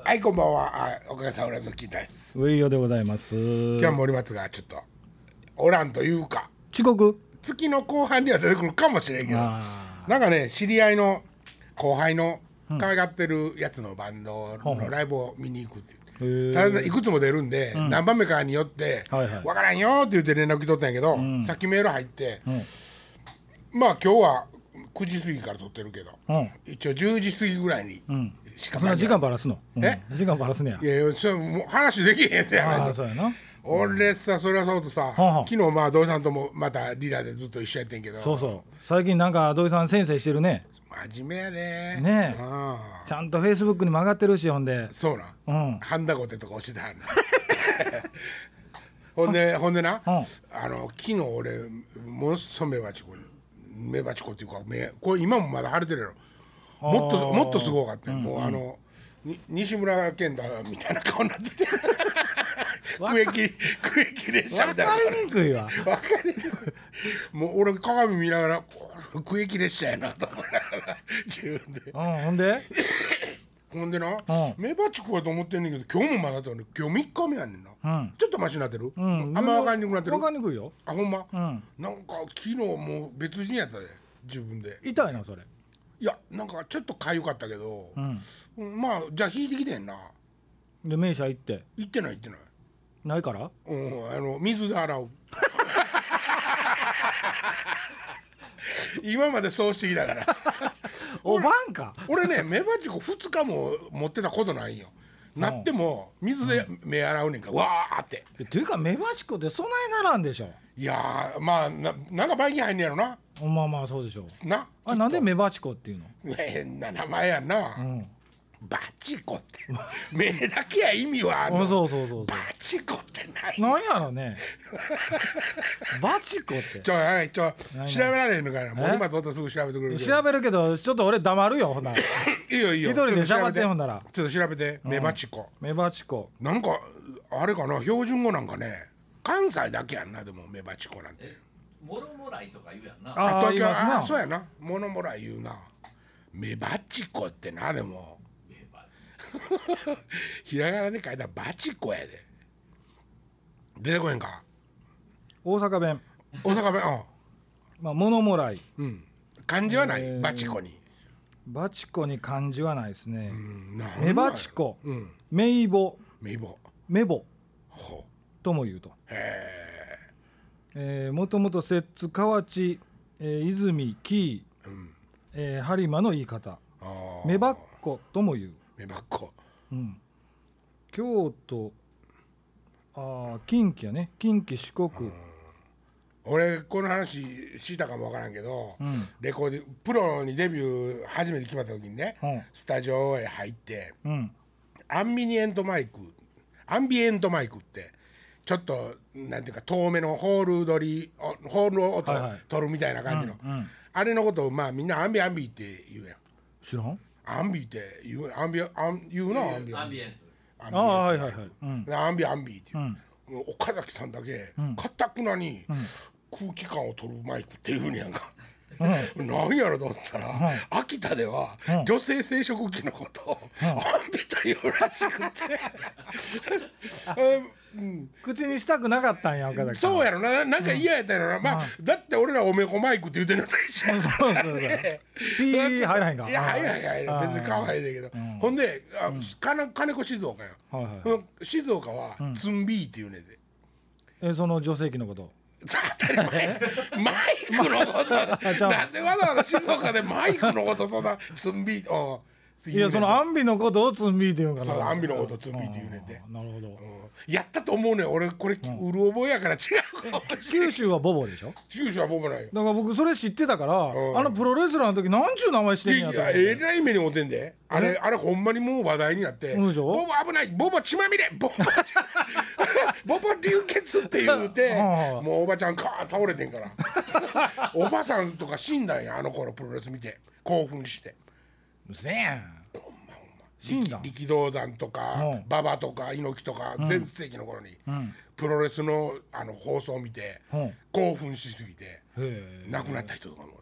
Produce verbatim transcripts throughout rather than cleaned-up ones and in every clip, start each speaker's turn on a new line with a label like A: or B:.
A: はい、こんばんは。あ、おかげさまで聞いたです。
B: 上与でございます。
A: 今日は森松がちょっとおらんというか、
B: 遅刻
A: 月の後半には出てくるかもしれんけど、なんかね、知り合いの後輩の可愛がってるやつのバンドのライブを見に行くっていう、ただいくつも出るんで、うん、何番目かによって、はいはい、分からんよって言って連絡来とったんやけど、うん、さっきメール入って、うん、まあ今日はくじ過ぎから撮ってるけど、うん、一応じゅうじ過ぎぐらいに、うん
B: しかそんな時間ばらすの、うん、え時間ばらすねや。
A: いやいやそれもう話できへんやつやないと。
B: そうやな。
A: 俺さそれはそうとさ、はんはん昨日まあ土井さんともまたリラでずっと一緒やってんけど、
B: そうそう最近なんか土井さん先生してるね。
A: 真面目やね。
B: ねえ、うん、ちゃんとフェイスブックにも上がってるし、ほんで
A: そうな、うん、ハンダゴテとか教えてはんねほんでほんでな、うん、あの昨日俺ものすごいメバチコメバチコっていうか目これ今もまだ腫れてるやろ。もっともっとすごかった、うんうん、もうあの西村健太みたいな顔になってて区域区域列車みたいな。
B: 分かりにくいわ。
A: 分かりにくい。もう俺鏡見ながら区域列車やなと思いながら自分で、
B: うん、ほんで
A: ほんでな、うん、メバチコやと思ってんねんけど今日もまだだね。今日みっかめやねんな、うん、ちょっとマシになってる、うん、あんま分かりにくくなってる。
B: 分かりにくいよ。
A: あほんま、うん、なんか昨日もう別人やったで自分で。
B: 痛いなそれ。
A: いやなんかちょっとかゆかったけど、うん、まあじゃあ引いてきてんな。
B: で名車行って
A: 行ってない行ってない
B: ないから、
A: うん、あの水で洗う今までそうしてきたから
B: おばんか
A: 俺ねメバチコふつかも持ってたことないよ。なっても水で目洗うねんから、うん、わーって。
B: っていうかメバチコってそないならんでしょ。
A: いやーまあ な, なんかバイキン入んねやろな。
B: まあまあそうでしょう
A: な。
B: あなんでメバチコっていうの。
A: 変な名前やんな、うん、バチコって目だけや意味はあるの。
B: そうそうそうそう
A: バチコって何
B: なんやろねバチコって
A: ちょいちょ調べられへんのかな。森松おったらすぐ調べてくれる。
B: 調べるけどちょっと俺黙るよほんならい
A: いよいいよ
B: 一人で黙ってほんなら
A: ちょっと調べて、うん、メバチコ
B: メバチコ
A: なんかあれかな標準語なんかね。関西だけやんな。でもメバチコなんて
C: モロモライとか言うやんな。
A: ああ、ああそうやな。モノモライ言うな。メバチコってな。でもひらがなで書いたらバチコやで。出てこへんか。
B: 大阪弁
A: 大阪弁うん
B: まあモノモライ、
A: うん、漢字はない、えー、バチコに
B: バチコに漢字はないですね。
A: メ
B: バチコ、うん、メイボ
A: メボ
B: メボとも言うと。えー、もともと摂津河内、えー、泉紀伊、うんえー、播磨の言い方メバッコとも言う。
A: メバッコ、
B: うん、京都あ近畿やね。近畿四国。
A: 俺この話したかもわからんけど、うん、レコーディプロにデビュー初めて決まった時にね、うん、スタジオへ入って、うん、アンビニエントマイクアンビエントマイクってちょっとなんていうか遠めのホール取りホールの音を取るみたいな感じの、はいはいうんうん、あれのことをまあみんなアンビアンビって言うやん。
B: 知らん。
A: アンビって言うアンビアン言うなアンビ
C: アンビエンス
A: ア
B: ンビエンスあはいはいはい、
A: うん、アンビアンビっていう、うん、岡崎さんだけかたくなに空気感を取るマイクっていうふうにやんか、うん、何やろと思ったら、うん、秋田では女性生殖器のことを、うん、アンビと言うらしくて
B: うん、口にしたくなかったんや岡崎
A: さん。そうやろな。なんか嫌やったやろな、うん、まあ、うん、だって俺らおめこマイクって言うてんのと一緒やから、ね、
B: ピー入らへんか。
A: いや入らへん入らへん別に可愛いだけど、うん、ほんであ、うん、金, 金子静岡や、はいはい、静岡はツンビーっていうねで、
B: うん、えその女性器のこと
A: 当たり前マイクのことなんでわざわざ静岡でマイクのことそんなツンビー
B: いやそのアンビのことをツンビーって言うんかな。
A: そうアンビのことをツンビーって言うねんて。
B: なるほど、うん、
A: やったと思うねん俺これ、うん、うる覚えやから違うかもしれん。
B: 九州はボボでしょ。
A: 九州はボボないよ。
B: だから僕それ知ってたから、うん、あのプロレスラーの時なんちゅう名前してんやと。
A: いやえらい目に持ってんであれあれほんまにもう話題になって、うん、ボボ危ないボボ血まみれボボボボ流血って言うてもうおばちゃんカーン倒れてんからおばさんとか死んだんやあの頃プロレス見て興奮して。
B: うせやん
A: 力道山とか馬場とか猪木とか全盛期の頃にプロレスのあの放送を見て興奮しすぎて亡くなった人とかも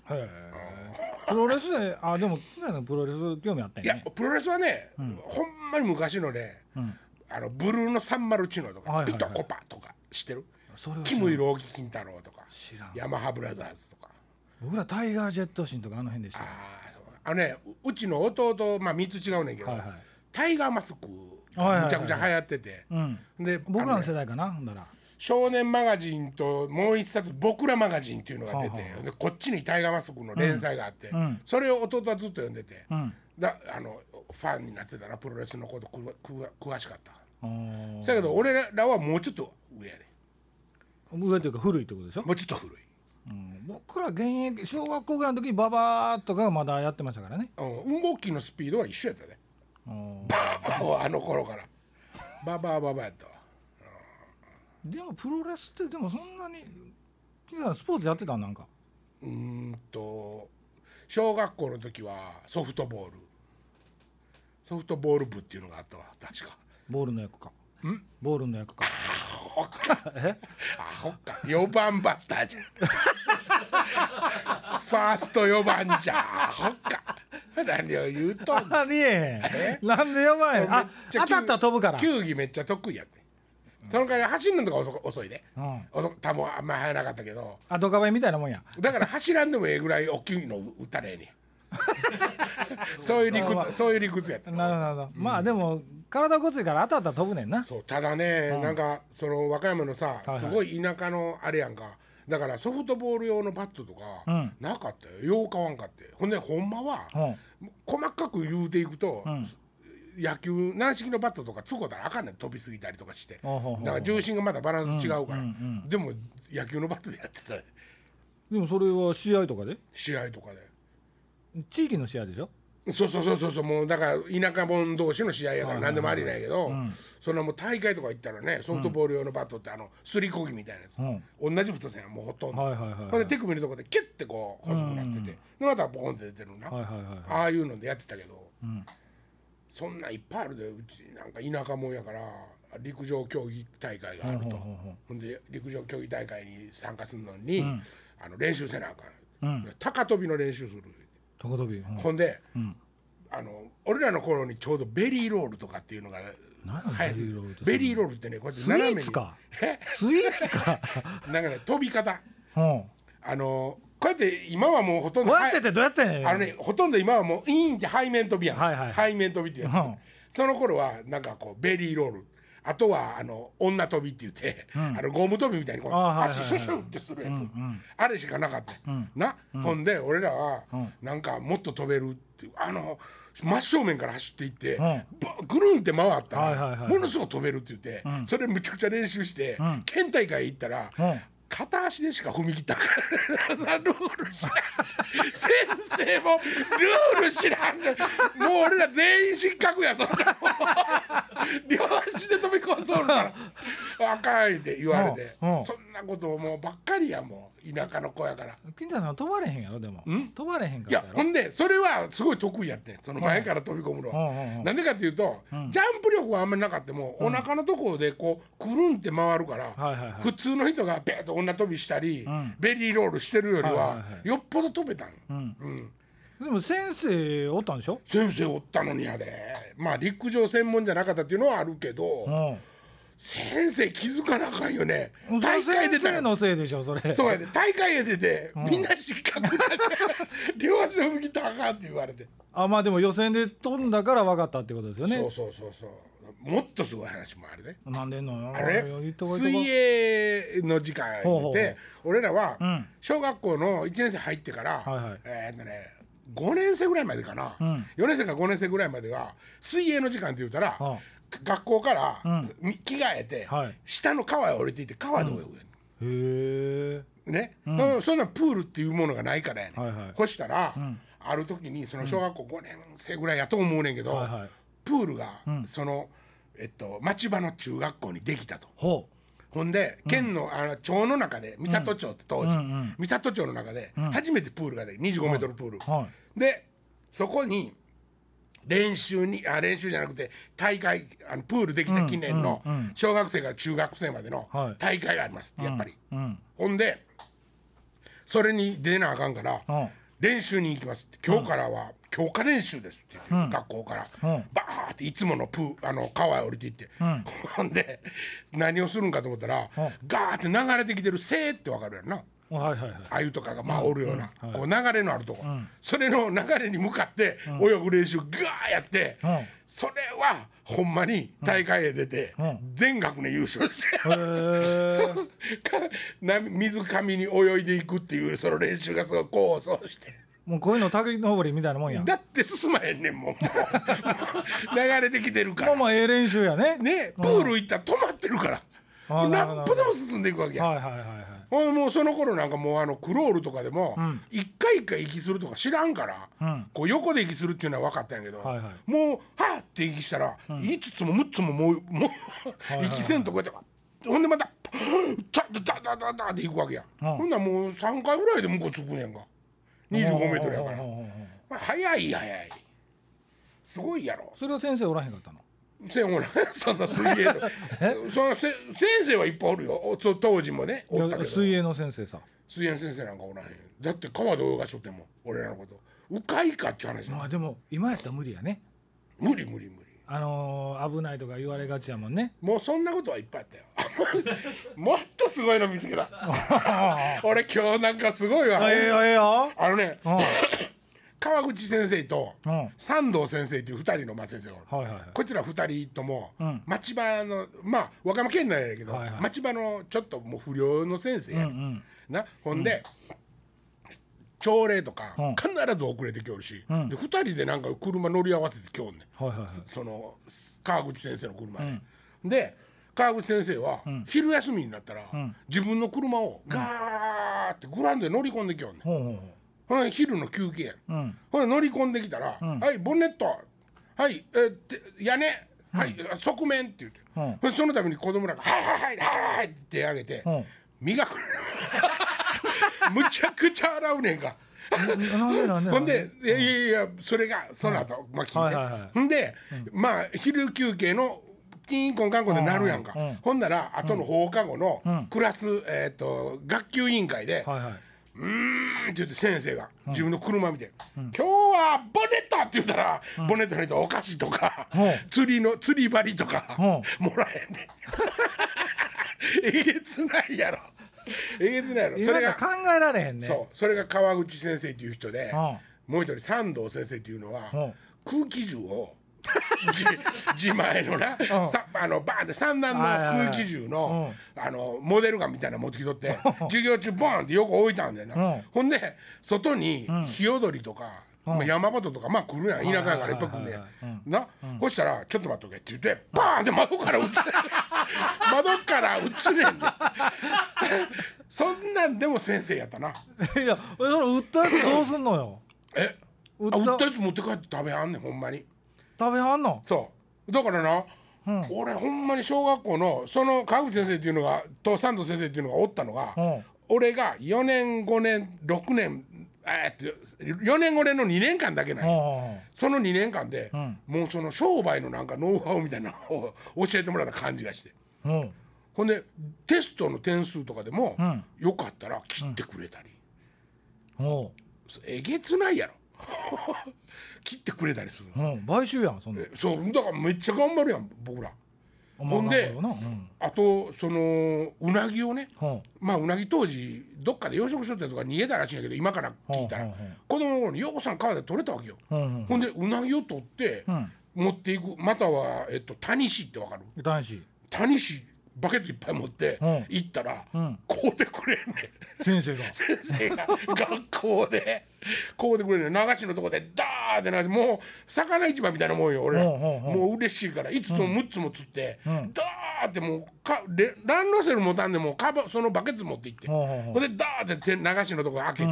B: へえ。プロレスで、あ、でもプロレス興味あったよね。
A: いやプロレスはね、うん、ほんまに昔のね、うん、あのブルーのサンマルチノとか、はいはいはい、ピトコパとか知ってる？キムイローキ金太郎とかヤマハブラザーズとか。
B: 僕らタイガージェットシンとかあの辺でした。あ
A: あのね、うちの弟、まあみっつ違うねんけど、はいはい、タイガーマスクがむちゃくちゃ流行ってて、はいはいはい、
B: うん、で僕らの世代かな、ほんだら
A: 少年マガジンともう一冊僕らマガジンっていうのが出て、はあはあ、でこっちにタイガーマスクの連載があって、うん、それを弟はずっと読んでて、うん、だあのファンになってたらプロレスのことくく詳しかった。だけど俺らはもうちょっと上やね。
B: 上というか古いってことでしょ。
A: もうちょっと古い、
B: うん、僕ら現役小学校ぐらいの時にババーとかがまだやってましたからね、
A: うん、動きのスピードは一緒やったね。ババはあの頃からババババやったわ。
B: でもプロレスってでもそんなにスポーツやってたんなんか。
A: うーんと小学校の時はソフトボールソフトボール部っていうのがあったわ確か。
B: ボールの役か。
A: ん
B: ボールの役か。
A: アホかえアホかよばんバッターじゃんファーストよばんじゃアホか何を言うとん
B: ありえへん。なんでよばんや。あ当たったら飛ぶから。
A: 球技めっちゃ得意やって、うん、その代わり走るのとか 遅, 遅いで、うん、遅多分あんまり速なかったけど
B: あドカベンみたいなもんや。
A: だから走らんでもええぐらい大きいの打ったらええねんそういう理屈、まあ、そういう理屈やった。
B: なるほど、うん、まあでも体ごついから当たったら飛ぶねんな。
A: そうただね、うん、なんかその和歌山のさ、はいはい、すごい田舎のあれやんか。だからソフトボール用のバットとか、うん、なかったよ。よう買わんかって。ほんでほんまは、うん、細かく言うていくと、うん、野球軟式のバットとかつこたらあかんねん。飛びすぎたりとかして、だから重心がまだバランス違うから、うんうんうん、でも野球のバットでやってた。
B: でもそれは試合とかで
A: 試合とかで
B: 地域の試合でしょ。
A: そうそうそうそう、もうだから田舎者同士の試合やから何でもありなんやけど、うん、そんなもう大会とか行ったらね、ソフトボール用のバットってあのすりこぎみたいなやつ、うん、同じ太さやんもうほとんど、はいはいはいはい、ほんで手首のとこでキュッてこう細くなってて、うん、でまたポコンって出てるな、はいはいはいはい、ああいうのでやってたけど、うん、そんなんいっぱいあるで。うちなんか田舎者やから陸上競技大会があると、ほんで陸上競技大会に参加するのに、うん、あの練習せなあかん、うん、高跳びの練習する。
B: 高跳び、うん、
A: ほんで、うん、あの俺らの頃にちょうどベリーロールとかっていうのが流行ってる。ベリーロールってね、こうやって斜めに
B: スイーツかスイーツか
A: なんかね飛び方、うん、あのこうやって今はもうほとんど
B: こうやってってどうやってん
A: あのねほとんど今はもうイーンって背面飛びやん、はいはい、背面飛びってやつ、うん、その頃はなんかこうベリーロール、あとはあの女飛びって言って、うん、あのゴム飛びみたいにこう足シュシュってするやつ、うんうん、あれしかなかった、うん、な、うん、ほんで俺らはなんかもっと飛べるっていう、あの真正面から走っていって、うん、ぐるんって回ったら、はいはいはいはい、ものすごく飛べるって言って、うん、それむちゃくちゃ練習して、うん、県大会行ったら、うん片足でしか踏み切ったからルール知らん先生もルール知らんもう俺ら全員失格やそんな両足で飛び込んどるからあかんって言われて、うんうん、そんなこともうばっかりや。もう田舎の子やから。
B: 金太さん飛ばれへんやろ。でも飛ばれへんか
A: らやろ。いやほんでそれはすごい得意やってん、その前から飛び込むのは、うん、なんでかっていうと、うん、ジャンプ力はあんまりなかったも、うん、お腹のところでこうくるんって回るから、はいはいはい、普通の人がペッと女飛びしたり、うん、ベリーロールしてるよりは、はいはいはい、よっぽど飛べたん、うんうん、
B: でも先生おったんでしょ。
A: 先生おったのにやで。まあ陸上専門じゃなかったっていうのはあるけど、うん先生気づかなあかんよね。
B: 大会出た先生のせいでしょそれ。
A: そうやで、大会へ出て、うん、みんな失格だって両足で踏み切ったらあかんって言われて。
B: あまあでも予選で飛んだから分かったってことですよね。
A: そうそうそうそう。もっとすごい話もあるね。
B: なんでんの
A: あれ水泳の時間で俺らは小学校のいちねん生入ってから、はいはい、えーっとねごねん生ぐらいまでかな、うん、よねん生かごねん生ぐらいまでが水泳の時間って言うたら、はあ学校から、うん、着替えて、はい、下の川へ降りていって川で泳ぐやん、うん、へえね、うん、そんなプールっていうものがないからやねん、はいはい、そしたら、うん、ある時にその小学校ごねん生ぐらいやと思うねんけど、はいはい、プールが、うん、その、えっと、町場の中学校にできたと。ほうほんで県の、あの町の中で三郷町って当時、うんうんうん、三郷町の中で初めてプールができてにじゅうごメートルプール、はい、でそこに練習にあ練習じゃなくて大会あのプールできた記念の小学生から中学生までの大会がありますってやっぱり、うんうん、ほんでそれに出なあかんから、
B: うん、
A: 練習に行きますって、今日からは強化練習ですって言って、うん、学校から、うん、バーっていつものプーあの川へ降りていって、うん、ほんで何をするんかと思ったら、うん、ガーって流れてきてるせーってわかるやんな、
B: はいはいはい、
A: 鮎とかがまあおるような、うんうん、こう流れのあるとこ、うん、それの流れに向かって泳ぐ練習ガーやって、うん、それはほんまに大会へ出て、うん、全学年優勝して、うん、水上に泳いでいくっていうその練習がすごい功を奏して、
B: もうこういうの滝登りみたいなもんや。
A: だって進まへんねんもん、もう流れてきてるから。
B: もうまあええ練習やね。
A: ね、プール行ったら止まってるから、うん、何歩でも進んでいくわけや。
B: はいはいはいはい。
A: もうその頃なんかもうあのクロールとかでも一回一回息するとか知らんから、うん、こう横で息するっていうのは分かったんやけど、はいはい、もうはーって息したら、うん、いつつもむっつももうもう息せんとこうやってほんでまたダダダダダっていくわけや、うん、ほんならもうさんかいぐらいで向こう着くねんか、にじゅうごメートルやから、まあ、早い早いすごいやろ。
B: それは先生おらへんかったの？
A: 先生おらへんそんな水泳とそのせ先生はいっぱいおるよ、当時もねおったけど。
B: 水泳の先生さ、
A: 水泳の先生なんかおらへん。だって川で泳がしとっても俺らのことうかいかっちゅう話。
B: まあでも今やったら無理やね。
A: 無理無理無理、
B: あのー、危ないとか言われがちやもんね。
A: もうそんなことはいっぱいあったよもっとすごいの見つけた俺今日なんかすごいわ。
B: ええよええよ。
A: あのね川口先生と三藤先生っていうふたりのまあ先生がおる、はいはいはい、こいつらふたりとも町場のまあ和歌山県内やけど、はいはい、町場のちょっともう不良の先生や、うんうん、なほんで、うん、朝礼とか必ず遅れてきおるし、うん、でふたりでなんか車乗り合わせてきおんねん、はいはいはい、その川口先生の車で、うん、で川口先生は、うん、昼休みになったら、うん、自分の車をガーってグラウンドで乗り込んできおんねん、うん、ほんで昼の休憩や、うん、ほんで乗り込んできたら、うん、はいボンネットはいえー、屋根、うん、はい側面って言って、うん、そのために子供らがはいはいはいはいはいって手挙げて、うん、磨くむちゃくちゃ洗うねんかほんでいやいやいやそれがその後、うん、まあ聞いて、はいはいはい、ほんで、うん、まあ昼休憩のチーンコンカンコンでなるやんか、うん、ほんなら後の放課後のクラス、えー、と学級委員会で、はいはい、うーんって言って先生が自分の車見て、うん、今日はボネットって言ったら、うん、ボネットに入ったお菓子とか、うん、釣りの釣り針とか、うん、もらえんねんえげつないやろえげつないやろ。
B: それが考えられへんね。
A: そうそれが川口先生っていう人で、もう一人三藤先生っていうのは空気銃を自前のな、うん、さあのバーンって三段の空気銃の、うん、あのモデルガンみたいなの持ってきとって授業中ボーンって横置いたんだよな、うん、ほんで外にヒヨドリとか、うんまあ、山鳩とかまあ来るやん、田舎やからいっぱい来んねんな、うん、そしたらちょっと待っとけって言ってバーンって窓から撃つ窓から撃つねんでそんなんでも先生やったな。
B: いやそれ撃ったやつどうすんのよ
A: え撃った撃ったやつ持って帰って食べはんねんほんまに。
B: 食べはんの？
A: そうだからな、うん、俺ほんまに小学校のその川口先生っていうのがと三藤先生っていうのがおったのが、うん、俺がよねんごねんろくねんえー、よねんごねんのにねんかんだけない、うん、そのにねんかんで、うん、もうその商売のなんかノウハウみたいなのを教えてもらった感じがして、うん、ほんでテストの点数とかでも、うん、よかったら切ってくれたり、うん、えげつないやろ切ってくれたりする、
B: うん、買収やんそんな。
A: そうだからめっちゃ頑張るやん僕ら、まあ、ほんで、うん、あとそのうなぎをね、うん、まあうなぎ当時どっかで養殖しとったやつが逃げたらしいんやけど今から聞いたら、うんうんうん、子供の頃にようこさん川で取れたわけよ、うんうんうん、ほんでうなぎを取って、うん、持っていくまたは、えっと、谷市ってわかる？
B: 谷市
A: 谷市バケツいっぱい持って行ったら、うん、こうでくれんね
B: ん先生が
A: 先生が学校でこうでくれんねん流しのとこでダーってなってもう魚市場みたいなもんよ俺ら、うんうんうん、もう嬉しいからいつつもむっつも釣って、うん、ダーってもうかランドセル持たんでもカバそのバケツ持って行って、うんうんうん、ほんでダーって流しのとこ開けて、うんうん、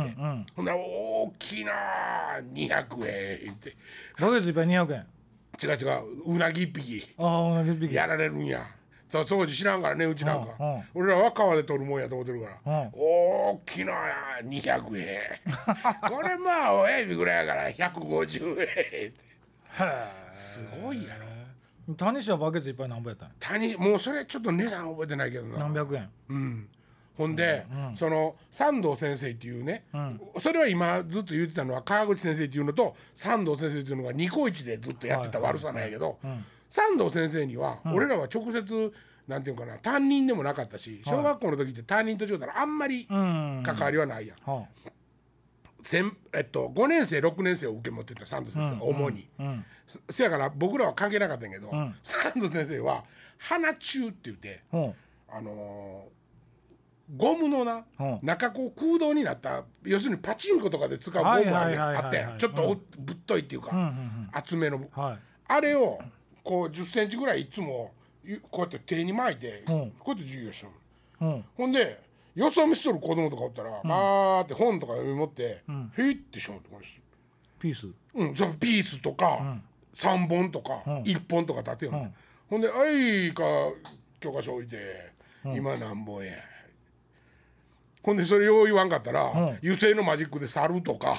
A: ほんで大きなにひゃくえんって
B: バケツいっぱいにひゃくえん
A: 違う違ううなぎいっぴき
B: あうなぎいっぴき
A: やられるんや当時知らんからねうちなんか、うんうん、俺らは川で取るもんやと思ってるから、うん、大きなにひゃくえんこれまあ親指ぐらいやからひゃくごじゅうえんってすごいやろ。
B: 谷氏はバケツいっぱい何ぼやったん？
A: 谷もうそれちょっと値段覚えてないけどな
B: 何百円、
A: うん、 ほんで、うん、その三藤先生っていうね、うん、それは今ずっと言ってたのは川口先生っていうのと三藤先生っていうのがニコイチでずっとやってた悪さなんやけど、三藤先生には俺らは直接なんていうかな担任でもなかったし、小学校の時って担任と違ったらあんまり関わりはないやん、うん先えっと、ごねん生ろくねん生を受け持ってた三藤先生、うん、主に、うん、せやから僕らは関係なかったんやけど、うん、三藤先生は鼻中って言って、うん、あのー、ゴムのな、うん、中こう空洞になった要するにパチンコとかで使うゴムあったやん、ちょっとぶっといっていうか、うんうんうん、厚めの、はい、あれをこうじゅっセンチぐらいいつもこうやって手に巻いて、うん、こうやって授業してる、うん、ほんでよそ見しとる子供とかおったら、うん、バーって本とか読み持って、うん、フィッてしょってこれ
B: ピース
A: うんそのピースとか、うん、さんぼんとか、うん、いっぽんとか立てよ、うん、ほんで「あいか教科書置いて、うん、今何本や」ほんでそれよう言わんかったら、うん、油性のマジックで猿とか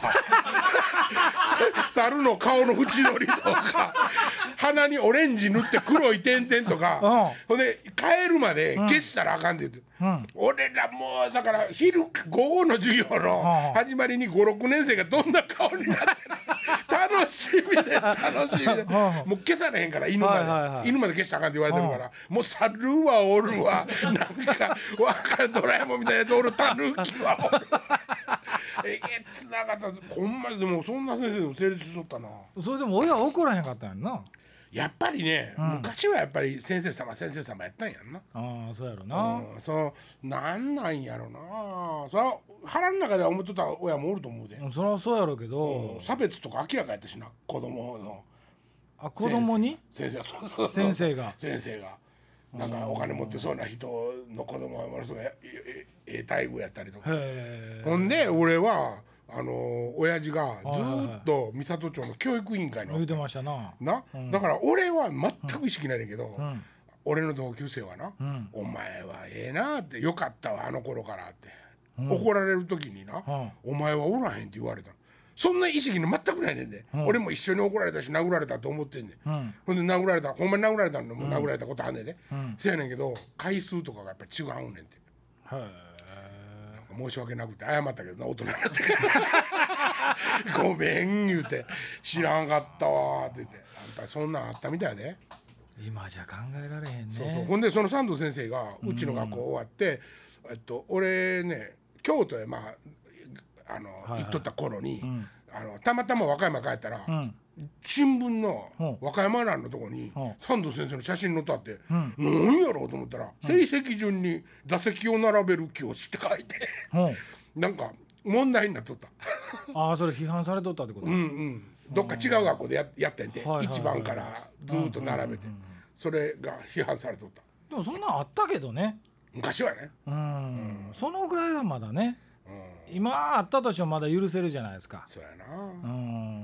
A: 猿の顔の縁取りとか鼻にオレンジ塗って黒い点々とか、うん、ほんで帰るまで消したらあかんって言って、うん、俺らもうだから昼午後の授業の始まりにごろくねん生がどんな顔になってる楽しみで楽しみでもう消されへんから犬まで、はいはいはい、犬まで消したらあかんって言われてるからもう猿はおるわなんかわかるドラえもんみたいなやつおるタヌキはおるえげつなかったほんまにでもそんな先生でも成立しとったな。
B: それでも親は怒らへんかったんやんな。
A: やっぱりね、うん、昔はやっぱり先生様先生様やったんやんな。
B: ああそうやろな、
A: うん、そのなんなんやろなそれは腹の中では思っとった親もおると思うで、
B: そりゃそうやろうけど、
A: うん、差別とか明らかやったしな子供の
B: あ子供に
A: 先生そうそうそう
B: 先生が
A: 先生がなんかお金持ってそうな人の子供はものすごいええ待遇やったりとかほんで俺はあのー、親父がずっと三郷町の教育委員会の
B: 言うてましたな、
A: な、うん、だから俺は全く意識ないねんけど、うん、俺の同級生はな、うん、お前はええなってよかったわあの頃からって、うん、怒られる時にな、うん、お前はおらへんって言われた。そんな意識の全くないねんで、うん、俺も一緒に怒られたし殴られたと思ってんねん、うん、ほんで殴られたほんまに殴られたのも殴られたことあんねんで、うん、せやねんけど回数とかがやっぱり違うねんて、はい、申し訳なくて謝ったけどな大人になってからごめん言うて知らんかったわって言ってあんたそんなんあったみたいで
B: 今じゃ考えられへんね。
A: そうそうほんでその三藤先生がうちの学校終わって、うん、えっと、俺ね京都へまああの、はいはい、行っとった頃に、うん、あのたまたま和歌山帰ったら、うん、新聞の和歌山欄のとこに、うん、三藤先生の写真載ったって、うん、何やろうと思ったら、うん、成績順に座席を並べる教師って書いて、うん、なんか問題になっとった
B: ああそれ批判されとったってこと。
A: うんうんどっか違う学校で や, やってんて、はいはいはい、いちばんからずっと並べて、うんうんうん、それが批判されとった。
B: でもそんなんあったけどね
A: 昔はね、
B: うん、うん、そのぐらいはまだね、うん、今あったとしてもまだ許せるじゃないですか。
A: そうやな、うん、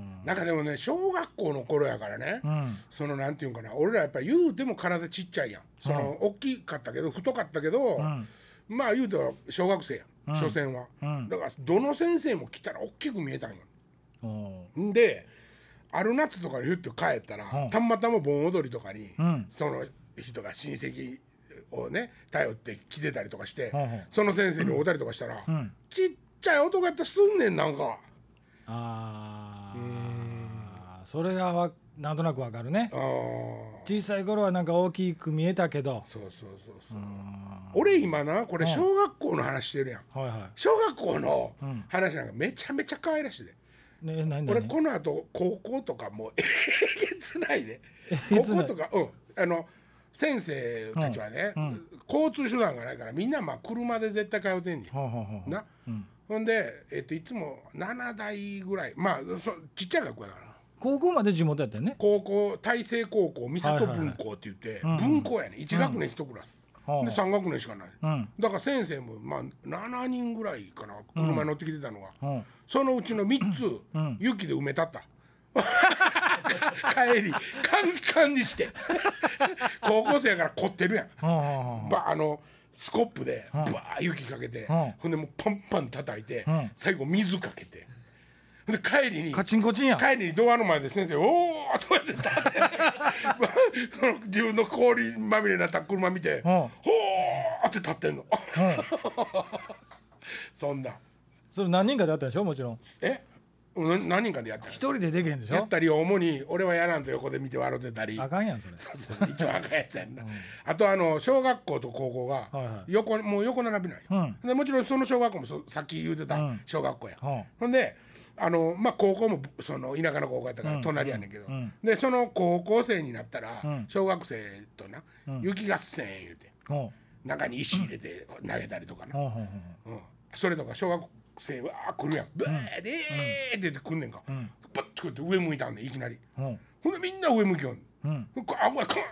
A: なんかでもね小学校の頃やからね、うん、そのなんていうんかな俺らやっぱり言うても体ちっちゃいやんその、うん、大きかったけど太かったけど、うん、まあ言うては小学生やん、うん、所詮は、うん、だからどの先生も来たら大きく見えたんよ、うん、である夏とかにふっと帰ったら、うん、たまたま盆踊りとかに、うん、その人が親戚をね頼って来てたりとかして、うん、その先生に会うたりとかしたら、うん、ちっちゃい男やったらすんねんなんか
B: ああそれがわなんとなくわかるね。あ小さい頃はなんか大きく見えたけど
A: そうそうそうそう俺今なこれ小学校の話してるやん、はいはい、小学校の話なんかめちゃめちゃ可愛らしいで、ね、何々俺この後高校とかもうえげつないで高校とかうんあの先生たちはね、うんうん、交通手段がないからみんなまあ車で絶対通ってんねん、はあはあ、な、うん、ほんで、えっと、いつもななだいぐらいまあそちっちゃい学校やから
B: 高校まで地元やったよね。
A: 高校大成高校三郷分校って言って、はいはいはい、文校やねいち学年いちクラス、うん、でさん学年しかない、うん、だから先生もまあななにんぐらいかな車に乗ってきてたのが、うん、そのうちのみっつ、うん、雪で埋めたった帰りカンカンにして高校生やから凝ってるやんばあのスコップでバー雪かけてほんでもうパンパン叩いて最後水かけてで帰りに
B: カチンコチンや
A: 帰りにドアの前で先生おーとか言って立ってその自分の氷まみれになった車見て、うん、ほーって立ってんの、うん、そんな
B: それ何人かでやったでしょもちろん。
A: え何人かでやった
B: 一人でできへんでしょ。
A: やったり主に俺はやらんと横で見て笑ってたり。
B: あかんやんそれ。
A: そうそう一番あかんやつやんな、うん、あとあの小学校と高校が横、はいはい、もう横並びないよ、うん、でもちろんその小学校もさっき言うてた小学校や、うん、ほんであの、まあ、高校もその田舎の高校やったから隣やねんけど、うん、でその高校生になったら、うん、小学生とな、うん、雪合戦言うて、うん、中に石入れて投げたりとかな、うんうん、それとか小学生は来るやんブーでーって言って来んねんか、うん、パッとこうやって上向いたんでいきなり、うん、ほんでみんな上向きよん、うん、あこれカンカンって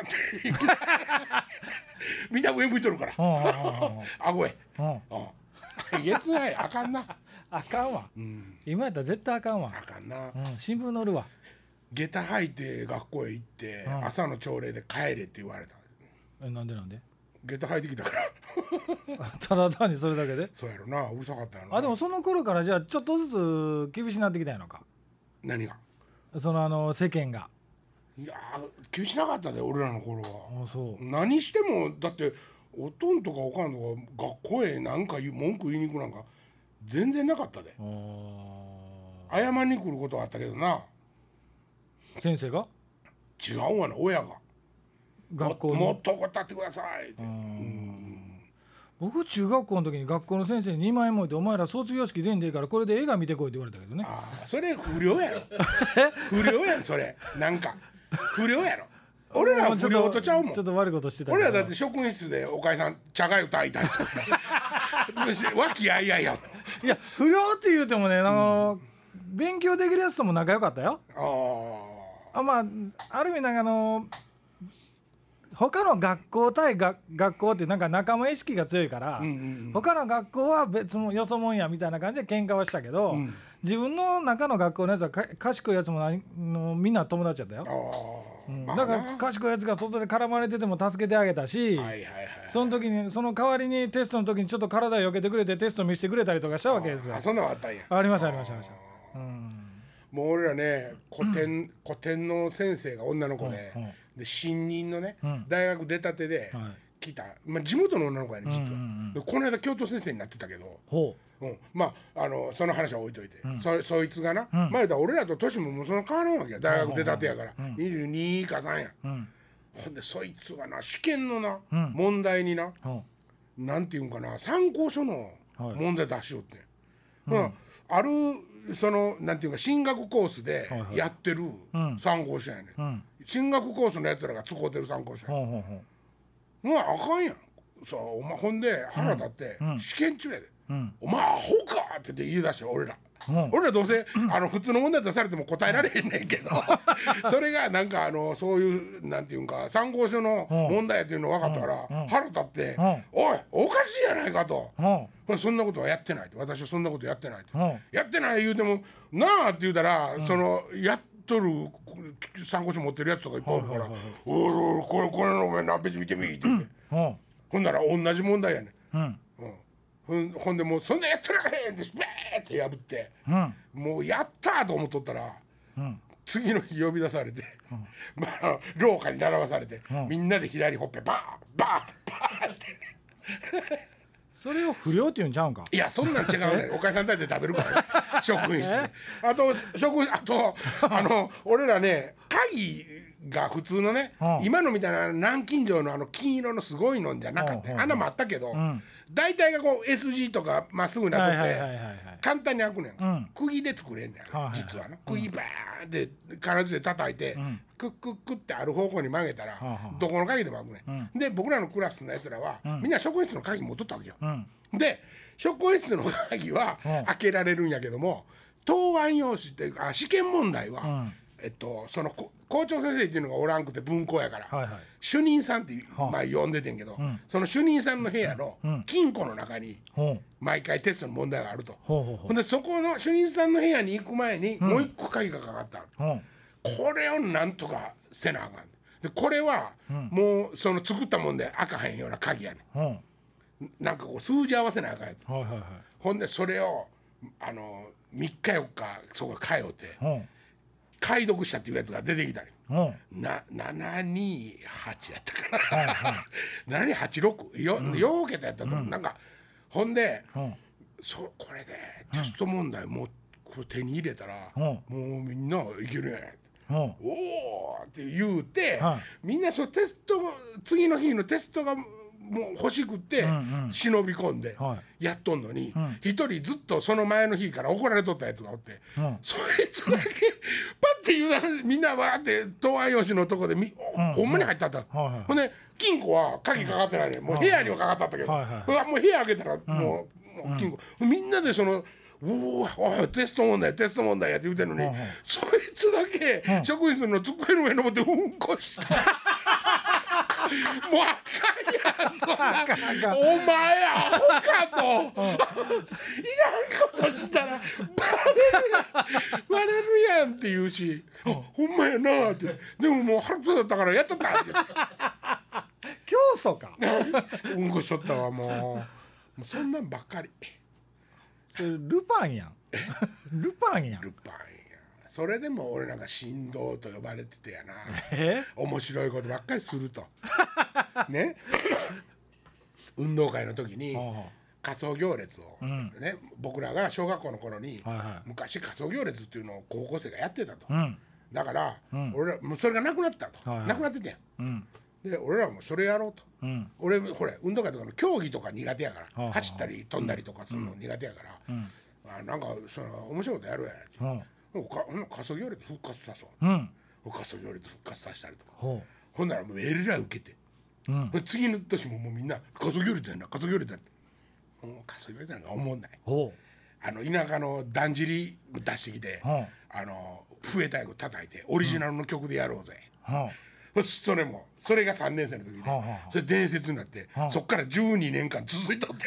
A: みんな上向いとるからあごええげつないあかんな
B: あかんわ、うん、今やったら絶対あかんわ
A: あかんな、
B: うん、新聞載るわ
A: 下駄履いて学校へ行って、うん、朝の朝礼で帰れって言われた。
B: えなんでなんで
A: 下駄履いてきたから
B: ただ単にそれだけで
A: そうやろなうるさかったやろな。
B: あでもその頃からじゃあちょっとずつ厳しくなってきたやのか。
A: 何が
B: そのあの世間が
A: いや厳しなかったで俺らの頃は。
B: あそう
A: 何してもだっておとんとかおかんとか学校へ何か文句言いに行くなんか全然なかったで。あ謝りに来ることはあったけどな。
B: 先生が
A: 違うわな親が
B: 学校に
A: も, もっと怒ったってくださいって。うん
B: 僕中学校の時に学校の先生ににまんえんもいてお前ら卒業式出んでいいからこれで映画見てこいって言われたけどね。
A: あそれ不良やろ不良やんそれなんか不良やろ俺らは不良とちゃうもん。
B: ちょっと悪いことしてた。
A: 俺らだって職員室でおかえさん茶がゆ炊いたりとか和気あいあいやん。
B: いや不良って言うてもねあの、うん、勉強できるやつとも仲良かったよ。ああまあある意味なんかあの他の学校対が学校ってなんか仲間意識が強いから、うんうんうん、他の学校は別のよそもんやみたいな感じで喧嘩はしたけど、うん、自分の中の学校のやつはか賢いやつも何のみんな友達やったよ。うん、だから賢いやつが外で絡まれてても助けてあげたし、はいはいはい、その時にその代わりにテストの時にちょっと体を避けてくれてテスト見せてくれたりとかしたわけですよ。
A: あそんなのあったんや。
B: ありましたありましたありました、うん、
A: もう俺らね古典、うん、古典の先生が女の子で、うんうんで新任のね、うん、大学出たてで来た、はいまあ、地元の女の子やね実は、うんうんうん、この間京都先生になってたけどほう、うん、まああのその話は置いといて、うん、そ, そいつがな、うん、まあ言うたら俺らと年ももうそんな変わらんわけや大学出たてやから、うん、にじゅうにかさんや、うん、ほんでそいつがな試験のな、うん、問題にな、うん、なんていうんかな参考書の問題出しよって、はいうん、あるそのなんていうか進学コースでやってる参考書やね、うん、進学コースのやつらが使うてる参考書やね、うん、まああかんやんそうお前ほんで腹立って、うん、試験中やで、うん、お前アホかって言い出して俺ら、うん、俺らどうせ、うん、あの普通の問題出されても答えられへんねんけどそれがなんかあのそういうなんていうんか参考書の問題やっていうの分かったから、うん、腹立って、うん、おいおかしいやないかと、うん、そんなことはやってないと私はそんなことやってないと、うん、やってない言うてもなあって言うたら、うん、そのやっとる参考書持ってるやつとかいっぱいおるから「おいおいこれこれのお前何ページ見てみ」って言って、うん、ほんなら同じ問題やねん、うんうん、ほんでもうそんなやってられへんってベーって破って、うん、もうやったと思っとったら、うん、次の日呼び出されて、うん、まあ廊下に並ばされて、うん、みんなで左ほっぺバーンバーンバーンって
B: それを不良って言うんちゃうんか。
A: いやそんなん違うねお母さん炊いて食べるから、ね、職員室であと職員あとあの俺らね鍵が普通のね、うん、今のみたいな南京錠のあの金色のすごいのじゃなかった、うん、あんなもあったけど、うん、大体がこう エス 字とかまっすぐなっとって簡単に開くねん、うん、釘で作れんねん、はいはい、実はな釘バーンって金槌で叩いて、うん、クックックってある方向に曲げたら、うん、どこの鍵でも開くねん、うん、で僕らのクラスのやつらは、うん、みんな職員室の鍵持っとったわけよ、うん、で職員室の鍵は開けられるんやけども答案用紙っていうか試験問題は、うんえっと、その校長先生っていうのがおらんくて文校やから、はいはい、主任さんって、まあ、呼んでてんけど、うん、その主任さんの部屋の金庫の中に毎回テストの問題があると、うん、ほんでそこの主任さんの部屋に行く前にもう一個鍵がかかった、うん、これをなんとかせなあかんでこれはもうその作ったもんで開かへんような鍵やね、うん、なんかこう数字合わせなあかんやつ、はいはいはい、ほんでそれをあのみっかよっかそこ通って、
B: うん、
A: 解読したっていうやつが出てきたよ、
B: うん、
A: なななにはちやったかな、はいはい、ななにはちろくよ、うん、ようけたやったと思う、うん、なんかほんで、うん、そこれでテスト問題もうこれ手に入れたら、うん、もうみんないけるやん、うん、おーって言うて、はい、みんなそのテスト次の日のテストがもう欲しくって、うんうん、忍び込んでやっとんのに、一、うん、人ずっとその前の日から怒られとったやつがおって、うん、そいつだけパッて言うなみんなわーって答案用紙のとこでみ、うん、ほんまに入ったった、うん、ほんで金庫は鍵かかってないね、うん、もう部屋にはかかったったけど、はいはい、うわもう部屋開けたらもう、うん、もう金庫、うん、みんなでそのうわおいテスト問題テスト問題やって言うてんのに、うん、そいつだけ、うん、職員室の机の上に登ってうんこしたもうあかんやんそんなお前アホかと、うん、いらんことしたらバレるやんバレるやんって言うし、うん、ほんまやなってでももう腹立ったからやったったって
B: 競争か
A: うんこしとったわもう、もうそんなんばっかり
B: それルパンやんルパンやん
A: ルパンやそれでも俺なんか神童と呼ばれててやなえ面白いことばっかりするとね運動会の時に仮装行列を、うん、ね、僕らが小学校の頃に、はいはい、昔仮装行列っていうのを高校生がやってたと、うん、だから、うん、俺らもうそれがなくなったと、はいはい、なくなっててん、うん、で俺らもそれやろうと、うん、俺ほれ運動会とかの競技とか苦手やから、はあ、走ったり飛んだりとかするの苦手やから、うん、あなんかその面白いことやるやん、うん仮装行列復活さそう、うん、仮装行列復活させたりとか ほ, ほんならもうえらい受けて、うん、次の年ももうみんな仮装行列やな仮装行列やなもう仮装行列なんか思んないあの田舎のだんじり出してきてあの笛太鼓叩いてオリジナルの曲でやろうぜ、うん、それもそれがさんねん生の時で、はあ、それ伝説になって、はあ、そっからじゅうにねんかん続いとって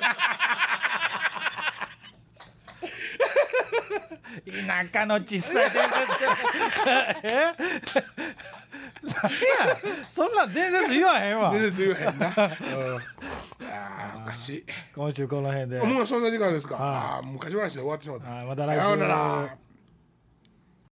B: 田舎の小さい伝説え何やそんな伝説言わへんわ
A: 伝説言わへんな、うん、あおかしい
B: 今週この辺で
A: もうそんな時間ですか、ああ昔話で終わってしまった
B: また来週。
A: さようなら。